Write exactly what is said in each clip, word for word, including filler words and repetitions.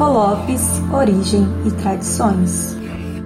Nico Lopes, Origem e Tradições.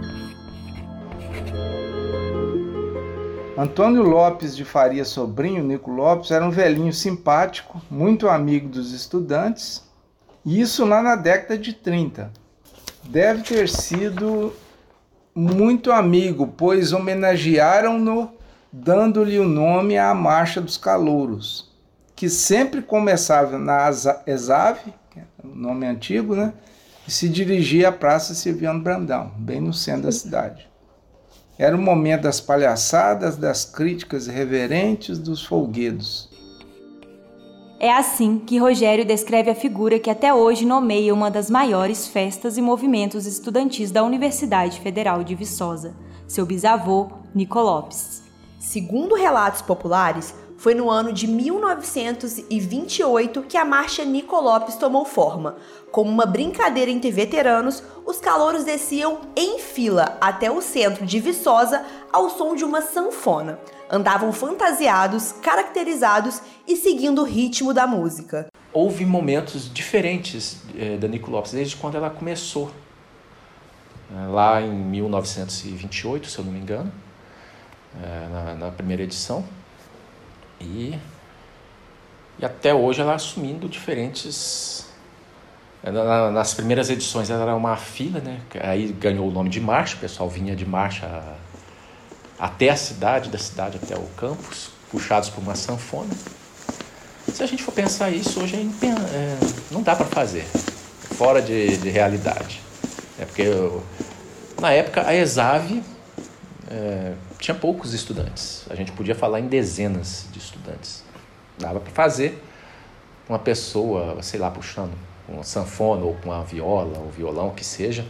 Antônio Lopes de Faria Sobrinho, Nico Lopes, era um velhinho simpático, muito amigo dos estudantes, e isso lá na década de trinta. Deve ter sido muito amigo, pois homenagearam-no dando-lhe o nome à Marcha dos Calouros, que sempre começava na Exave, o nome antigo, né? E se dirigia à Praça Silviano Brandão, bem no centro da cidade. Era o momento das palhaçadas, das críticas irreverentes, dos folguedos. É assim que Rogério descreve a figura que até hoje nomeia uma das maiores festas e movimentos estudantis da Universidade Federal de Viçosa, seu bisavô, Nico Lopes. Segundo relatos populares, foi no ano de mil novecentos e vinte e oito que a Marcha Nico Lopes tomou forma. Como uma brincadeira entre veteranos, os calouros desciam em fila até o centro de Viçosa ao som de uma sanfona. Andavam fantasiados, caracterizados e seguindo o ritmo da música. Houve momentos diferentes eh, da Nico Lopes desde quando ela começou. Lá em mil novecentos e vinte e oito, se eu não me engano, eh, na, na primeira edição. E, e até hoje ela assumindo diferentes... Na, nas primeiras edições ela era uma fila, né? Aí ganhou o nome de marcha, o pessoal vinha de marcha até a cidade, da cidade até o campus, puxados por uma sanfona. Se a gente for pensar isso, hoje é, é, não dá para fazer, fora de, de realidade. É porque eu, na época a Exave é, tinha poucos estudantes, a gente podia falar em dezenas de estudantes. Dava para fazer uma pessoa, sei lá, puxando com uma sanfona ou com uma viola ou violão, que seja.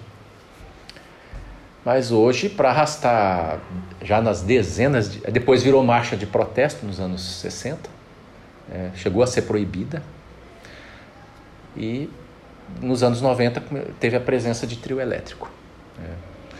Mas hoje, para arrastar já nas dezenas, de, depois virou marcha de protesto nos anos sessenta, é, chegou a ser proibida, e nos anos noventa teve a presença de trio elétrico. É.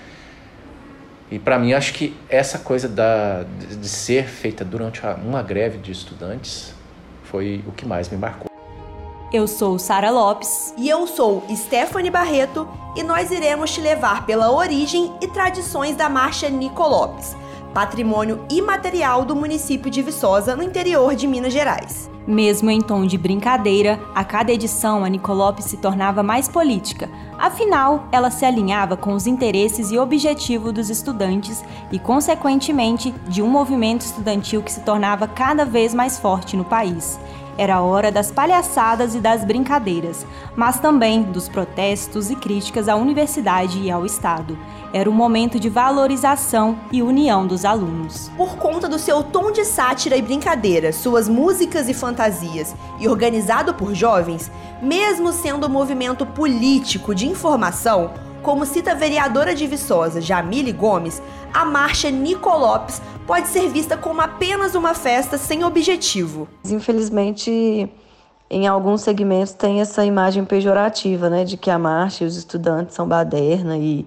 E para mim, acho que essa coisa da, de, de ser feita durante uma greve de estudantes foi o que mais me marcou. Eu sou Sara Lopes. E eu sou Stephanie Barreto, e nós iremos te levar pela origem e tradições da Marcha Nico Lopes, patrimônio imaterial do município de Viçosa, no interior de Minas Gerais. Mesmo em tom de brincadeira, a cada edição a Nico Lopes se tornava mais política. Afinal, ela se alinhava com os interesses e objetivos dos estudantes e, consequentemente, de um movimento estudantil que se tornava cada vez mais forte no país. Era a hora das palhaçadas e das brincadeiras, mas também dos protestos e críticas à universidade e ao Estado. Era um momento de valorização e união dos alunos. Por conta do seu tom de sátira e brincadeira, suas músicas e fantasias, e organizado por jovens, mesmo sendo um movimento político de informação, como cita a vereadora de Viçosa, Jamile Gomes, a Marcha Nico Lopes pode ser vista como apenas uma festa sem objetivo. Infelizmente, em alguns segmentos tem essa imagem pejorativa, né, de que a marcha e os estudantes são baderna e,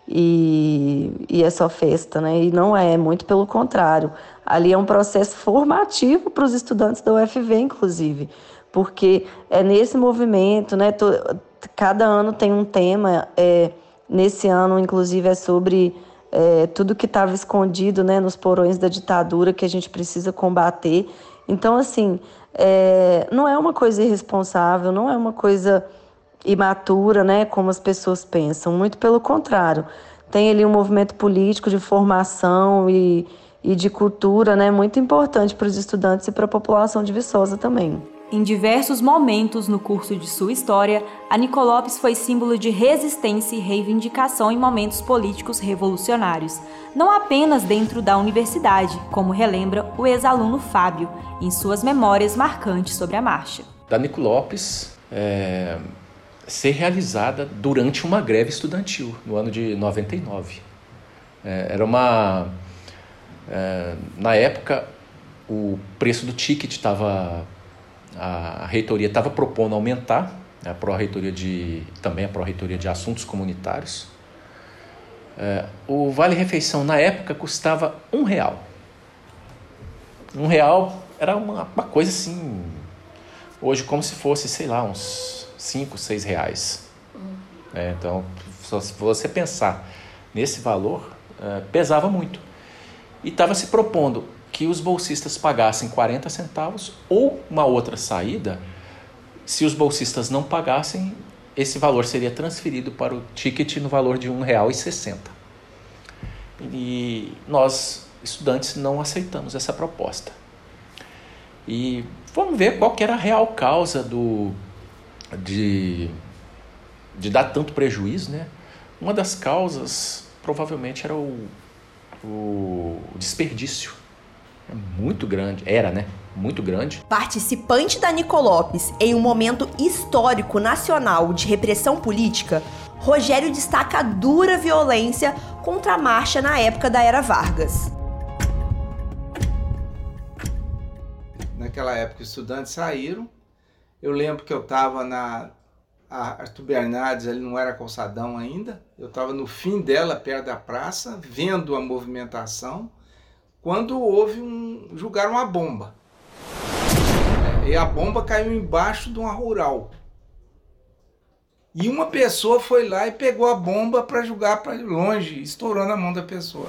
e, e é só festa, né? E não é, muito pelo contrário. Ali é um processo formativo para os estudantes da U F V, inclusive, porque é nesse movimento, né, to, cada ano tem um tema, é, nesse ano, inclusive, é sobre é, tudo que estava escondido, né, nos porões da ditadura que a gente precisa combater. Então, assim, é, não é uma coisa irresponsável, não é uma coisa imatura, né, como as pessoas pensam. Muito pelo contrário. Tem ali um movimento político de formação e, e de cultura, né, muito importante para os estudantes e para a população de Viçosa também. Em diversos momentos no curso de sua história, a Nico Lopes foi símbolo de resistência e reivindicação em momentos políticos revolucionários, não apenas dentro da universidade, como relembra o ex-aluno Fábio, em suas memórias marcantes sobre a marcha. Da Nico Lopes é, ser realizada durante uma greve estudantil, no ano de noventa e nove. É, era uma... É, na época, o preço do ticket estava... A reitoria estava propondo aumentar, a pró-reitoria de, também a pró-reitoria de assuntos comunitários. É, o vale-refeição, na época, custava um real. Um real era uma, uma coisa assim, hoje como se fosse, sei lá, uns cinco, seis reais. É, então, se você pensar nesse valor, é, pesava muito. E estava se propondo que os bolsistas pagassem quarenta centavos ou uma outra saída. Se os bolsistas não pagassem, esse valor seria transferido para o ticket no valor de um real e sessenta centavos. E nós, estudantes, não aceitamos essa proposta. E vamos ver qual que era a real causa do, de, de dar tanto prejuízo, né? Uma das causas provavelmente era o, o desperdício. É muito grande, era, né? Muito grande. Participante da Nicolopes em um momento histórico nacional de repressão política, Rogério destaca a dura violência contra a marcha na época da Era Vargas. Naquela época, os estudantes saíram. Eu lembro que eu estava na Arthur Bernardes, ali não era calçadão ainda. Eu estava no fim dela, perto da praça, vendo a movimentação, quando houve um... jogaram uma bomba. E a bomba caiu embaixo de uma rural. E uma pessoa foi lá e pegou a bomba para jogar para longe, estourou na mão da pessoa.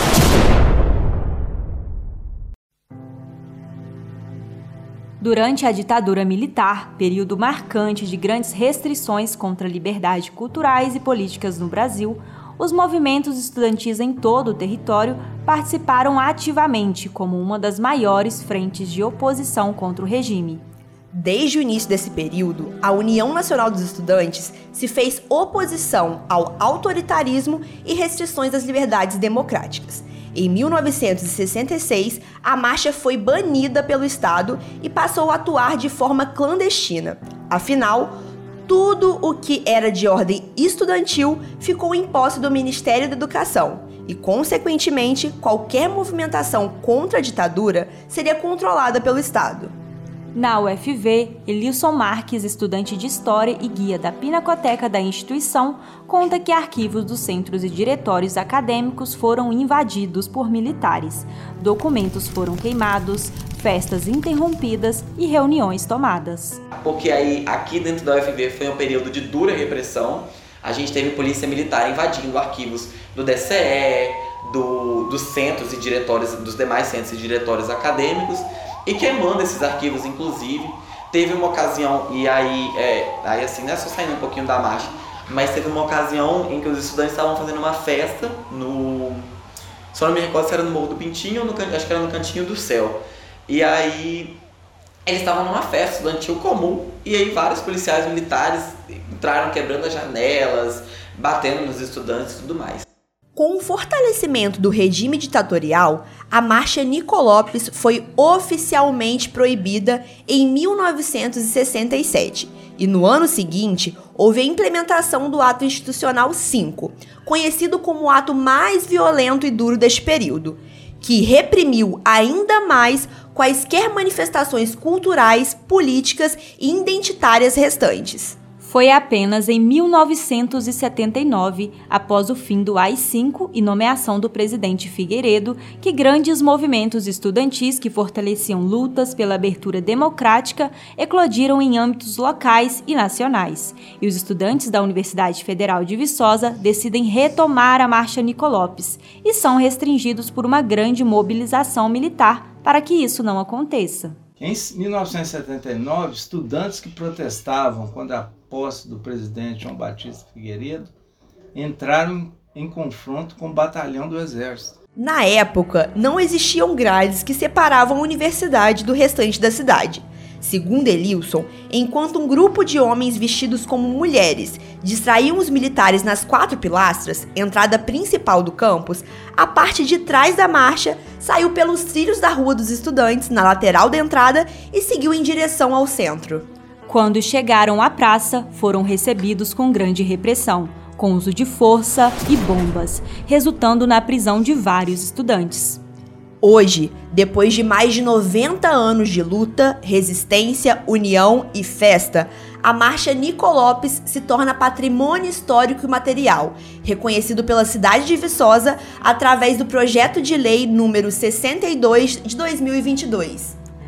Durante a ditadura militar, período marcante de grandes restrições contra liberdades culturais e políticas no Brasil, os movimentos estudantis em todo o território participaram ativamente como uma das maiores frentes de oposição contra o regime. Desde o início desse período, a União Nacional dos Estudantes se fez oposição ao autoritarismo e restrições das liberdades democráticas. Em mil novecentos e sessenta e seis, a marcha foi banida pelo Estado e passou a atuar de forma clandestina. Afinal, tudo o que era de ordem estudantil ficou em posse do Ministério da Educação e, consequentemente, qualquer movimentação contra a ditadura seria controlada pelo Estado. Na U F V, Elilson Marques, estudante de História e guia da Pinacoteca da instituição, conta que arquivos dos centros e diretórios acadêmicos foram invadidos por militares, documentos foram queimados, festas interrompidas e reuniões tomadas. Porque aí, aqui dentro da U F V foi um período de dura repressão. A gente teve polícia militar invadindo arquivos do D C E, do, dos centros e diretórios, dos demais centros e diretórios acadêmicos, e queimando esses arquivos, inclusive. Teve uma ocasião, e aí, é, aí assim, não é só saindo um pouquinho da marcha, mas teve uma ocasião em que os estudantes estavam fazendo uma festa no... Só não me recordo se era no Morro do Pintinho ou no, acho que era no Cantinho do Céu. E aí, eles estavam numa festa estudantil comum, e aí vários policiais militares entraram quebrando as janelas, batendo nos estudantes e tudo mais. Com o fortalecimento do regime ditatorial, a Marcha Nicolopes foi oficialmente proibida em mil novecentos e sessenta e sete. E no ano seguinte, houve a implementação do Ato Institucional cinco, conhecido como o ato mais violento e duro deste período, que reprimiu ainda mais quaisquer manifestações culturais, políticas e identitárias restantes. Foi apenas em mil novecentos e setenta e nove, após o fim do A I cinco e nomeação do presidente Figueiredo, que grandes movimentos estudantis que fortaleciam lutas pela abertura democrática eclodiram em âmbitos locais e nacionais. E os estudantes da Universidade Federal de Viçosa decidem retomar a Marcha Nicolopes e são restringidos por uma grande mobilização militar para que isso não aconteça. Em mil novecentos e setenta e nove, estudantes que protestavam quando a posse do presidente João Batista Figueiredo entraram em confronto com o batalhão do Exército. Na época, não existiam grades que separavam a universidade do restante da cidade. Segundo Elilson, enquanto um grupo de homens vestidos como mulheres distraíam os militares nas quatro pilastras, entrada principal do campus, a parte de trás da marcha saiu pelos trilhos da Rua dos Estudantes, na lateral da entrada, e seguiu em direção ao centro. Quando chegaram à praça, foram recebidos com grande repressão, com uso de força e bombas, resultando na prisão de vários estudantes. Hoje, depois de mais de noventa anos de luta, resistência, união e festa, a Marcha Nicolopes se torna patrimônio histórico e material, reconhecido pela cidade de Viçosa através do projeto de lei número sessenta e dois de dois mil e vinte e dois.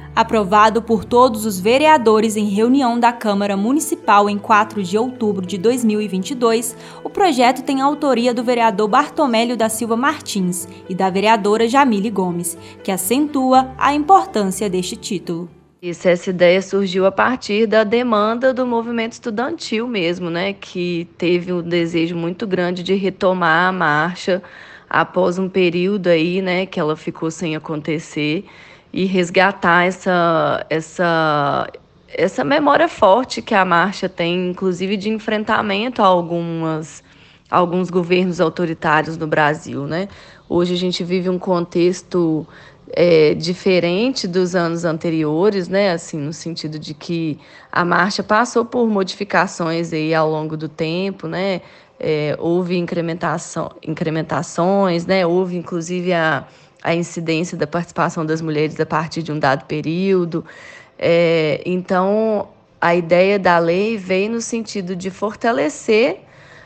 Aprovado por todos os vereadores em reunião da Câmara Municipal em quatro de outubro de dois mil e vinte e dois, o projeto tem a autoria do vereador Bartomélio da Silva Martins e da vereadora Jamile Gomes, que acentua a importância deste título. Isso, essa ideia surgiu a partir da demanda do movimento estudantil mesmo, né, que teve um desejo muito grande de retomar a marcha após um período aí, né, que ela ficou sem acontecer e resgatar essa, essa, essa memória forte que a marcha tem, inclusive de enfrentamento a algumas, a alguns governos autoritários no Brasil, né. Hoje a gente vive um contexto É, diferente dos anos anteriores, né? Assim, no sentido de que a marcha passou por modificações aí ao longo do tempo, né? É, houve incrementação, incrementações, né? Houve inclusive a, a incidência da participação das mulheres a partir de um dado período. É, então, a ideia da lei veio no sentido de fortalecer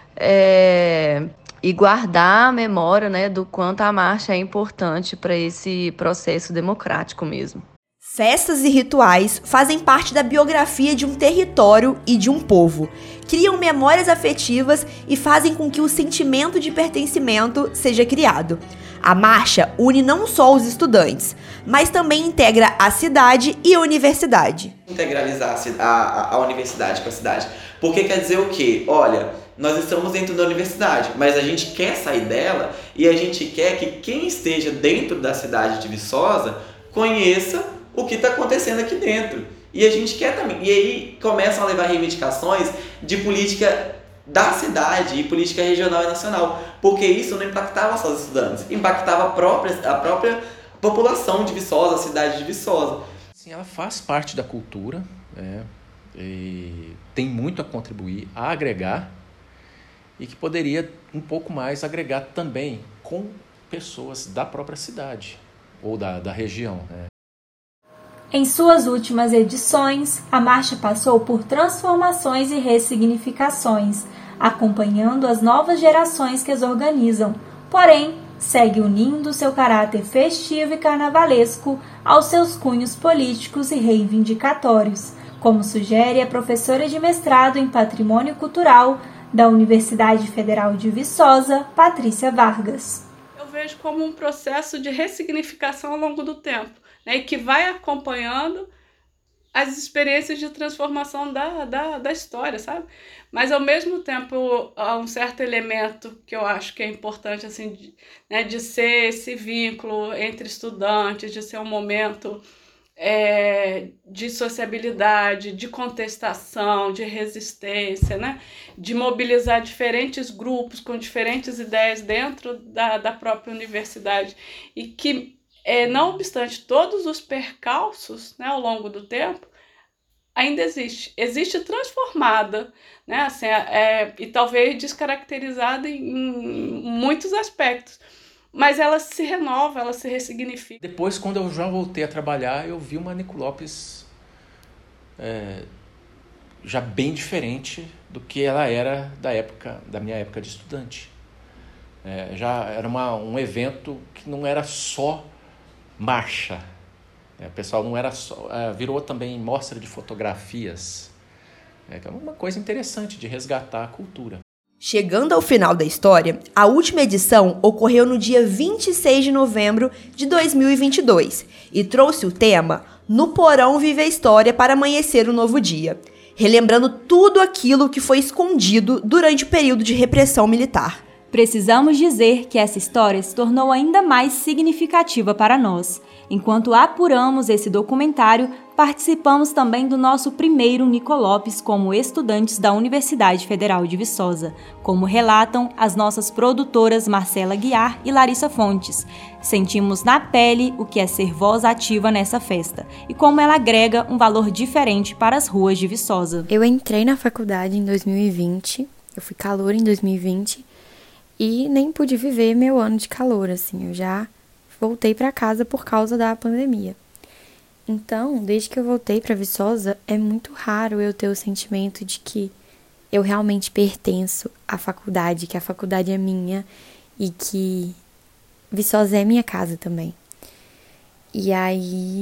é, e guardar a memória, né, do quanto a marcha é importante para esse processo democrático mesmo. Festas e rituais fazem parte da biografia de um território e de um povo, criam memórias afetivas e fazem com que o sentimento de pertencimento seja criado. A marcha une não só os estudantes, mas também integra a cidade e a universidade. Integralizar a, a, a universidade com a cidade. Porque quer dizer o quê? Olha, nós estamos dentro da universidade, mas a gente quer sair dela e a gente quer que quem esteja dentro da cidade de Viçosa conheça o que está acontecendo aqui dentro. E a gente quer também. E aí começam a levar reivindicações de política da cidade e política regional e nacional, porque isso não impactava só os estudantes, impactava a própria, a própria população de Viçosa, a cidade de Viçosa. Sim, ela faz parte da cultura, né, e tem muito a contribuir, a agregar, e que poderia um pouco mais agregar também com pessoas da própria cidade ou da, da região, né. Em suas últimas edições, a marcha passou por transformações e ressignificações, acompanhando as novas gerações que as organizam, porém, segue unindo seu caráter festivo e carnavalesco aos seus cunhos políticos e reivindicatórios, como sugere a professora de mestrado em Patrimônio Cultural da Universidade Federal de Viçosa, Patrícia Vargas. Eu vejo como um processo de ressignificação ao longo do tempo, né, e que vai acompanhando as experiências de transformação da, da, da história, sabe? Mas, ao mesmo tempo, há um certo elemento que eu acho que é importante, assim, de, né, de ser esse vínculo entre estudantes, de ser um momento é, de sociabilidade, de contestação, de resistência, né? De mobilizar diferentes grupos com diferentes ideias dentro da, da própria universidade e que, É, não obstante todos os percalços, né, ao longo do tempo, ainda existe. Existe transformada, né, assim, é, e talvez descaracterizada em, em muitos aspectos, mas ela se renova, ela se ressignifica. Depois, quando eu já voltei a trabalhar, eu vi uma Nico Lopes é, já bem diferente do que ela era da época, da minha época de estudante. É, já era uma, um evento que não era só marcha, é, o pessoal não era só, é, virou também mostra de fotografias, é, que é uma coisa interessante de resgatar a cultura. Chegando ao final da história, a última edição ocorreu no dia vinte e seis de novembro de dois mil e vinte e dois e trouxe o tema No Porão Vive a História para amanhecer um novo dia, relembrando tudo aquilo que foi escondido durante o período de repressão militar. Precisamos dizer que essa história se tornou ainda mais significativa para nós. Enquanto apuramos esse documentário, participamos também do nosso primeiro Nico Lopes como estudantes da Universidade Federal de Viçosa, como relatam as nossas produtoras Marcela Guiar e Larissa Fontes. Sentimos na pele o que é ser voz ativa nessa festa e como ela agrega um valor diferente para as ruas de Viçosa. Eu entrei na faculdade em dois mil e vinte, eu fui caloura em dois mil e vinte, e nem pude viver meu ano de calor, assim, eu já voltei para casa por causa da pandemia. Então, desde que eu voltei para Viçosa, é muito raro eu ter o sentimento de que eu realmente pertenço à faculdade, que a faculdade é minha e que Viçosa é minha casa também. E aí,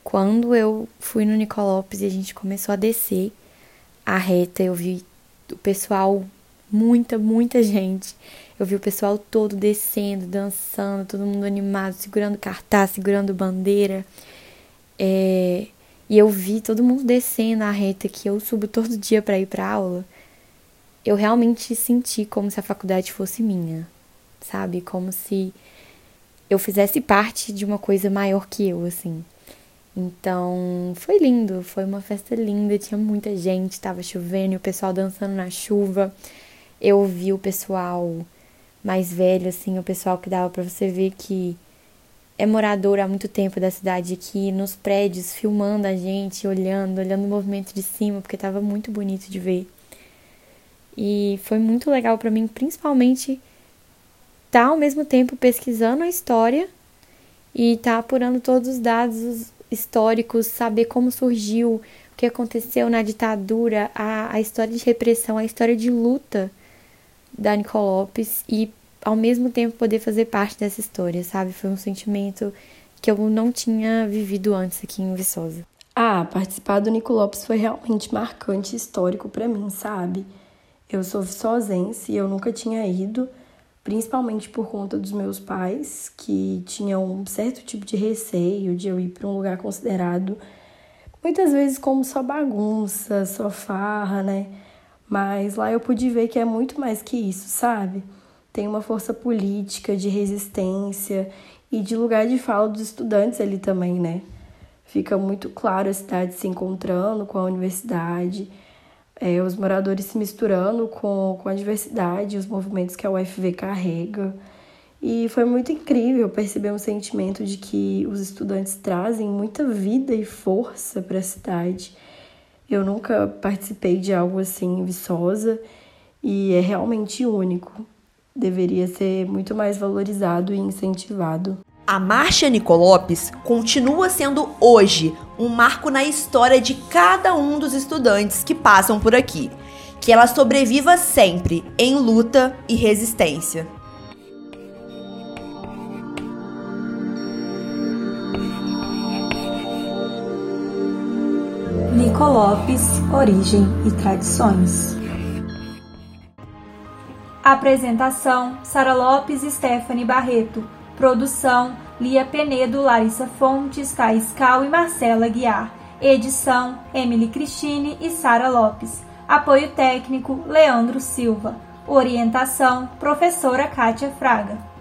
Quando eu fui no Nicolau Lopes e a gente começou a descer a reta, eu vi o pessoal, muita, muita gente. Eu vi o pessoal todo descendo, dançando, todo mundo animado, segurando cartaz, segurando bandeira. É... E eu vi todo mundo descendo a reta que eu subo todo dia para ir para aula. Eu realmente senti como se a faculdade fosse minha, sabe? Como se eu fizesse parte de uma coisa maior que eu, assim. Então, foi lindo, foi uma festa linda, tinha muita gente, tava chovendo e o pessoal dançando na chuva. Eu vi o pessoal mais velho, assim, o pessoal que dava pra você ver que é morador há muito tempo da cidade aqui, nos prédios, filmando a gente, olhando, olhando o movimento de cima, porque tava muito bonito de ver. E foi muito legal pra mim, principalmente, estar ao mesmo tempo pesquisando a história e estar apurando todos os dados históricos, saber como surgiu, o que aconteceu na ditadura, a, a história de repressão, a história de luta da Nicolau Lopes e, ao mesmo tempo, poder fazer parte dessa história, sabe? Foi um sentimento que eu não tinha vivido antes aqui em Viçosa. Ah, participar do Nicolau Lopes foi realmente marcante e histórico pra mim, sabe? Eu sou viçosense e eu nunca tinha ido, principalmente por conta dos meus pais, que tinham um certo tipo de receio de eu ir para um lugar considerado muitas vezes como só bagunça, só farra, né? Mas lá eu pude ver que é muito mais que isso, sabe? Tem uma força política, de resistência e de lugar de fala dos estudantes ali também, né? Fica muito claro a cidade se encontrando com a universidade, É, os moradores se misturando com, com a diversidade, os movimentos que a U F V carrega. E foi muito incrível perceber um sentimento de que os estudantes trazem muita vida e força para a cidade. Eu nunca participei de algo assim em Viçosa e é realmente único. Deveria ser muito mais valorizado e incentivado. A Marcha Nicolau Lopes continua sendo hoje um marco na história de cada um dos estudantes que passam por aqui. Que ela sobreviva sempre em luta e resistência. Nicolau Lopes, origem e tradições. Apresentação: Sara Lopes e Stephanie Barreto. Produção: Lia Penedo, Larissa Fontes, Thaís Cal e Marcela Guiar. Edição: Emily Cristine e Sara Lopes. Apoio técnico: Leandro Silva. Orientação: Professora Kátia Fraga.